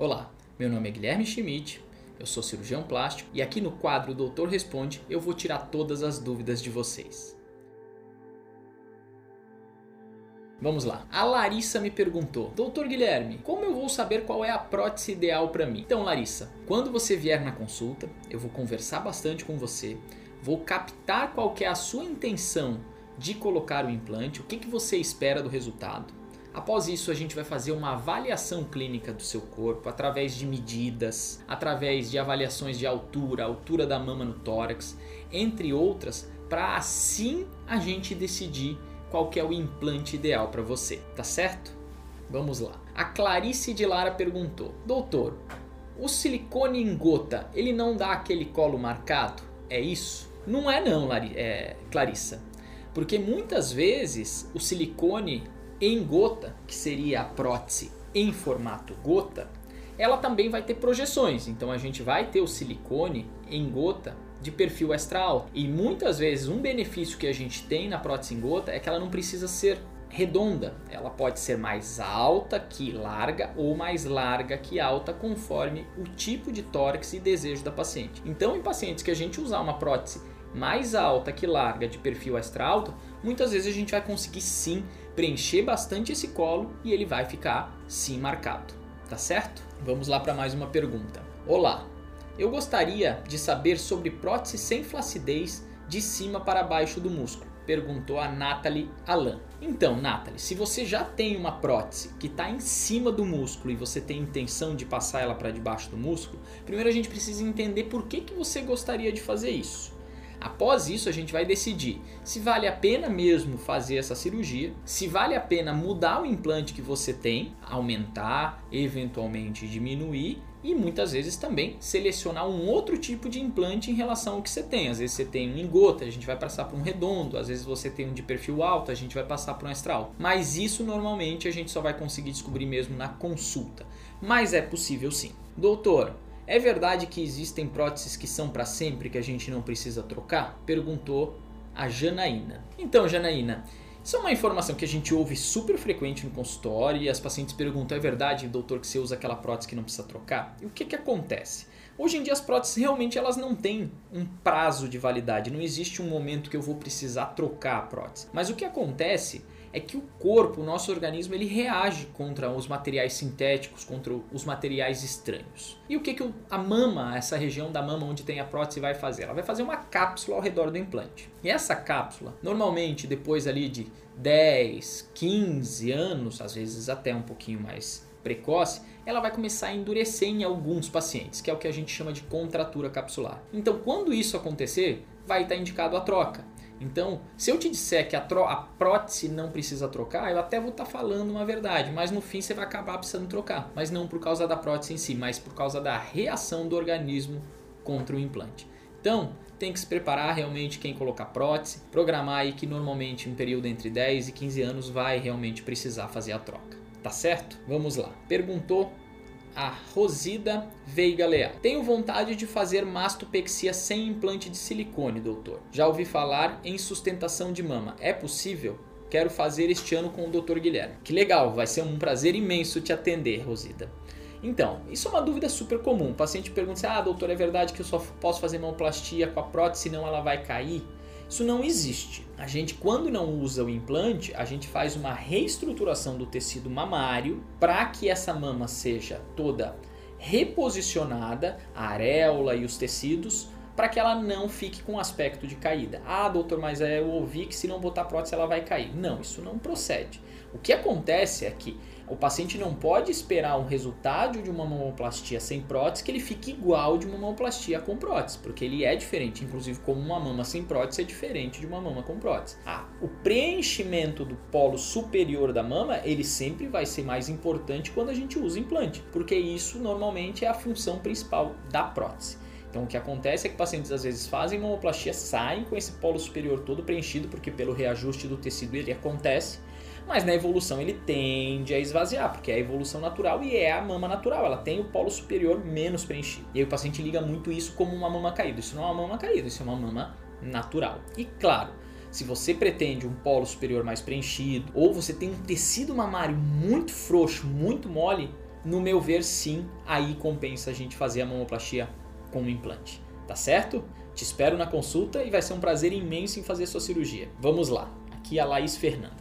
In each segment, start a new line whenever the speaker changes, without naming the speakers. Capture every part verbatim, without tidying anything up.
Olá, meu nome é Guilherme Schmidt, eu sou cirurgião plástico e aqui no quadro Doutor Responde eu vou tirar todas as dúvidas de vocês. Vamos lá. A Larissa me perguntou: Doutor Guilherme, como eu vou saber qual é a prótese ideal para mim? Então, Larissa, quando você vier na consulta, eu vou conversar bastante com você, vou captar qual que é a sua intenção de colocar o implante, o que, que você espera do resultado. Após isso, a gente vai fazer uma avaliação clínica do seu corpo através de medidas, através de avaliações de altura, altura da mama no tórax, entre outras, para assim a gente decidir qual que é o implante ideal para você, tá certo? Vamos lá. A Clarice de Lara perguntou: Doutor, o silicone em gota, ele não dá aquele colo marcado? É isso? Não é não, Lari é, Clarissa. Porque muitas vezes o silicone em gota, que seria a prótese em formato gota, ela também vai ter projeções. Então a gente vai ter o silicone em gota de perfil extra alto. E muitas vezes um benefício que a gente tem na prótese em gota é que ela não precisa ser redonda. Ela pode ser mais alta que larga ou mais larga que alta conforme o tipo de tórax e desejo da paciente. Então em pacientes que a gente usar uma prótese mais alta que larga de perfil extra alto, muitas vezes a gente vai conseguir sim preencher bastante esse colo e ele vai ficar sim marcado, tá certo? Vamos lá para mais uma pergunta. Olá, eu gostaria de saber sobre prótese sem flacidez de cima para baixo do músculo, perguntou a Nathalie Alan. Então, Nathalie, se você já tem uma prótese que está em cima do músculo e você tem intenção de passar ela para debaixo do músculo, primeiro a gente precisa entender por que, que você gostaria de fazer isso. Após isso, a gente vai decidir se vale a pena mesmo fazer essa cirurgia, se vale a pena mudar o implante que você tem, aumentar, eventualmente diminuir e muitas vezes também selecionar um outro tipo de implante em relação ao que você tem. Às vezes você tem um em gota, a gente vai passar para um redondo, às vezes você tem um de perfil alto, a gente vai passar para um extra alto. Mas isso normalmente a gente só vai conseguir descobrir mesmo na consulta. Mas é possível sim. Doutor, é verdade que existem próteses que são para sempre que a gente não precisa trocar? Perguntou a Janaína. Então, Janaína, isso é uma informação que a gente ouve super frequente no consultório e as pacientes perguntam: é verdade, doutor, que você usa aquela prótese que não precisa trocar? E o que que acontece? Hoje em dia as próteses realmente elas não têm um prazo de validade, não existe um momento que eu vou precisar trocar a prótese. Mas o que acontece é que o corpo, o nosso organismo, ele reage contra os materiais sintéticos, contra os materiais estranhos. E o que, que a mama, essa região da mama onde tem a prótese vai fazer? Ela vai fazer uma cápsula ao redor do implante. E essa cápsula, normalmente depois ali de dez, quinze anos, às vezes até um pouquinho mais precoce, ela vai começar a endurecer em alguns pacientes, que é o que a gente chama de contratura capsular. Então, quando isso acontecer, vai estar indicado a troca. Então, se eu te disser que a, a prótese não precisa trocar, eu até vou estar falando uma verdade, mas no fim você vai acabar precisando trocar. Mas não por causa da prótese em si, mas por causa da reação do organismo contra o implante. Então, tem que se preparar realmente quem colocar prótese, programar aí que normalmente em um período entre dez e quinze anos vai realmente precisar fazer a troca. Tá certo? Vamos lá. Perguntou a Rosida Veiga Leal. Tenho vontade de fazer mastopexia sem implante de silicone, doutor. Já ouvi falar em sustentação de mama. É possível? Quero fazer este ano com o doutor Guilherme. Que legal, vai ser um prazer imenso te atender, Rosida. Então, isso é uma dúvida super comum. O paciente pergunta assim: ah, doutor, é verdade que eu só posso fazer mamoplastia com a prótese, senão ela vai cair? Isso não existe. A gente, quando não usa o implante, a gente faz uma reestruturação do tecido mamário para que essa mama seja toda reposicionada, a areola e os tecidos, para que ela não fique com aspecto de caída. Ah, doutor, mas eu ouvi que se não botar prótese ela vai cair. Não, isso não procede. O que acontece é que o paciente não pode esperar um resultado de uma mamoplastia sem prótese que ele fique igual de uma mamoplastia com prótese, porque ele é diferente, inclusive como uma mama sem prótese é diferente de uma mama com prótese. Ah, o preenchimento do polo superior da mama, ele sempre vai ser mais importante quando a gente usa implante, porque isso normalmente é a função principal da prótese. Então o que acontece é que pacientes às vezes fazem mamoplastia, saem com esse polo superior todo preenchido, porque pelo reajuste do tecido ele acontece, mas na evolução ele tende a esvaziar, porque é a evolução natural e é a mama natural, ela tem o polo superior menos preenchido. E aí o paciente liga muito isso como uma mama caída. Isso não é uma mama caída, isso é uma mama natural. E claro, se você pretende um polo superior mais preenchido, ou você tem um tecido mamário muito frouxo, muito mole, no meu ver, sim, aí compensa a gente fazer a mamoplastia com o implante. Tá certo? Te espero na consulta e vai ser um prazer imenso em fazer sua cirurgia. Vamos lá. Aqui a Laís Fernanda.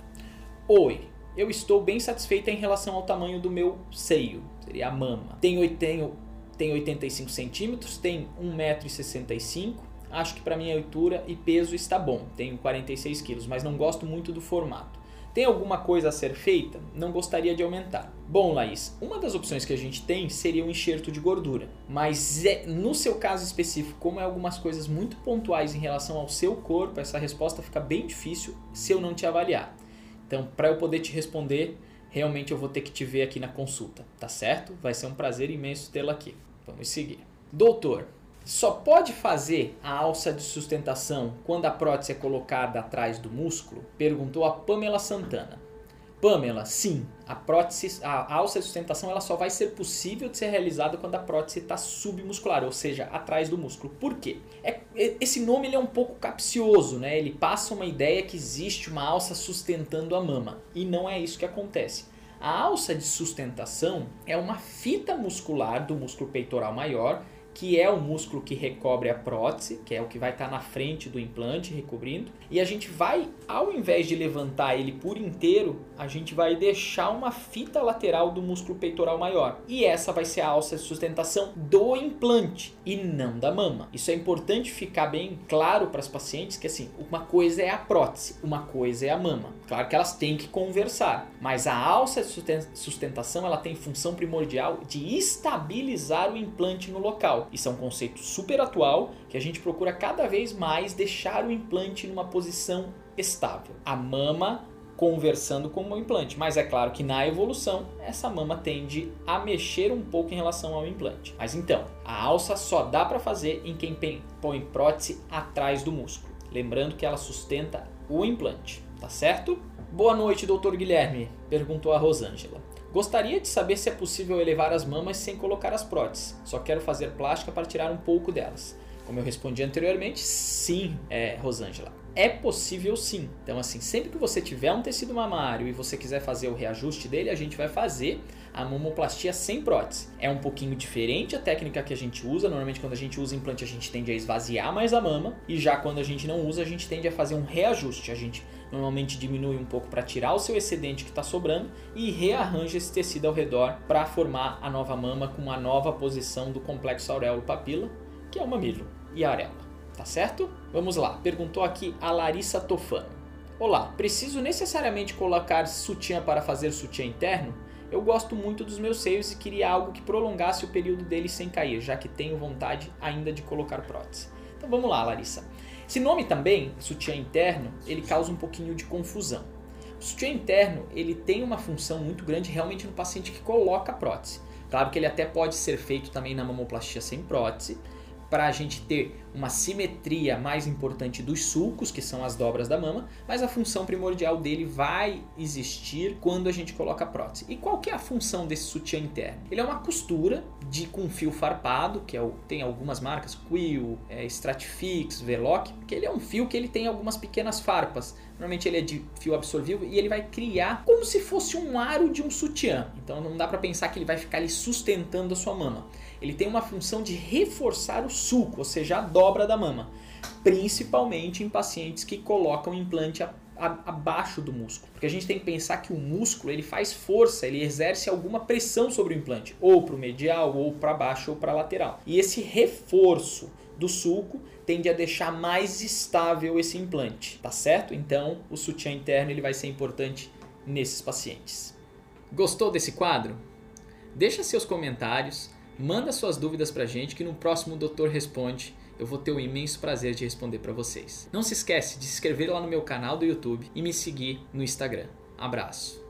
Oi, eu estou bem satisfeita em relação ao tamanho do meu seio, seria a mama. Tenho, tenho, tenho oitenta e cinco centímetros, tenho um metro e sessenta e cinco. Acho que para minha altura e peso está bom. Tenho quarenta e seis quilos, mas não gosto muito do formato. Tem alguma coisa a ser feita? Não gostaria de aumentar. Bom, Laís, uma das opções que a gente tem seria um enxerto de gordura. Mas é, no seu caso específico, como é algumas coisas muito pontuais em relação ao seu corpo, essa resposta fica bem difícil se eu não te avaliar. Então, para eu poder te responder, realmente eu vou ter que te ver aqui na consulta, tá certo? Vai ser um prazer imenso tê-la aqui. Vamos seguir. Doutor, só pode fazer a alça de sustentação quando a prótese é colocada atrás do músculo? Perguntou a Pamela Santana. Pamela, sim, a prótese, a alça de sustentação ela só vai ser possível de ser realizada quando a prótese está submuscular, ou seja, atrás do músculo. Por quê? É, esse nome ele é um pouco capcioso, né? Ele passa uma ideia que existe uma alça sustentando a mama, e não é isso que acontece. A alça de sustentação é uma fita muscular do músculo peitoral maior, que é o músculo que recobre a prótese, que é o que vai estar na frente do implante recobrindo. E a gente vai, ao invés de levantar ele por inteiro, a gente vai deixar uma fita lateral do músculo peitoral maior. E essa vai ser a alça de sustentação do implante e não da mama. Isso é importante ficar bem claro para as pacientes que assim, uma coisa é a prótese, uma coisa é a mama. Claro que elas têm que conversar, mas a alça de sustentação ela tem função primordial de estabilizar o implante no local. Isso é um conceito super atual que a gente procura cada vez mais deixar o implante numa posição estável. A mama conversando com o implante, mas é claro que na evolução essa mama tende a mexer um pouco em relação ao implante. Mas então, a alça só dá para fazer em quem põe prótese atrás do músculo. Lembrando que ela sustenta o implante, tá certo? Boa noite, doutor Guilherme, perguntou a Rosângela. Gostaria de saber se é possível elevar as mamas sem colocar as próteses. Só quero fazer plástica para tirar um pouco delas. Como eu respondi anteriormente, sim, é, Rosângela. É possível sim. Então assim, sempre que você tiver um tecido mamário e você quiser fazer o reajuste dele, a gente vai fazer a mamoplastia sem prótese. É um pouquinho diferente a técnica que a gente usa. Normalmente quando a gente usa implante a gente tende a esvaziar mais a mama. E já quando a gente não usa a gente tende a fazer um reajuste. A gente normalmente diminui um pouco para tirar o seu excedente que está sobrando e rearranja esse tecido ao redor para formar a nova mama com a nova posição do complexo auréolo-papila, que é o mamilo e a areola. Tá certo? Vamos lá. Perguntou aqui a Larissa Tofano. Olá, preciso necessariamente colocar sutiã para fazer sutiã interno? Eu gosto muito dos meus seios e queria algo que prolongasse o período deles sem cair, já que tenho vontade ainda de colocar prótese. Então vamos lá, Larissa. Esse nome também, sutiã interno, ele causa um pouquinho de confusão. O sutiã interno, ele tem uma função muito grande realmente no paciente que coloca a prótese. Claro que ele até pode ser feito também na mamoplastia sem prótese, para a gente ter uma simetria mais importante dos sulcos, que são as dobras da mama, mas a função primordial dele vai existir quando a gente coloca a prótese. E qual que é a função desse sutiã interno? Ele é uma costura de, com fio farpado, que é o, tem algumas marcas, Quill, é, Stratifix, Veloc, que ele é um fio que ele tem algumas pequenas farpas. Normalmente ele é de fio absorvível e ele vai criar como se fosse um aro de um sutiã. Então não dá para pensar que ele vai ficar ali sustentando a sua mama. Ele tem uma função de reforçar o sulco, ou seja, a dobra da mama, principalmente em pacientes que colocam implante a, a, abaixo do músculo. Porque a gente tem que pensar que o músculo ele faz força, ele exerce alguma pressão sobre o implante, ou para o medial, ou para baixo, ou para lateral. E esse reforço do sulco tende a deixar mais estável esse implante, tá certo? Então o sutiã interno ele vai ser importante nesses pacientes. Gostou desse quadro? Deixa seus comentários. Manda suas dúvidas pra gente que no próximo Doutor Responde eu vou ter o imenso prazer de responder para vocês. Não se esquece de se inscrever lá no meu canal do YouTube e me seguir no Instagram. Abraço!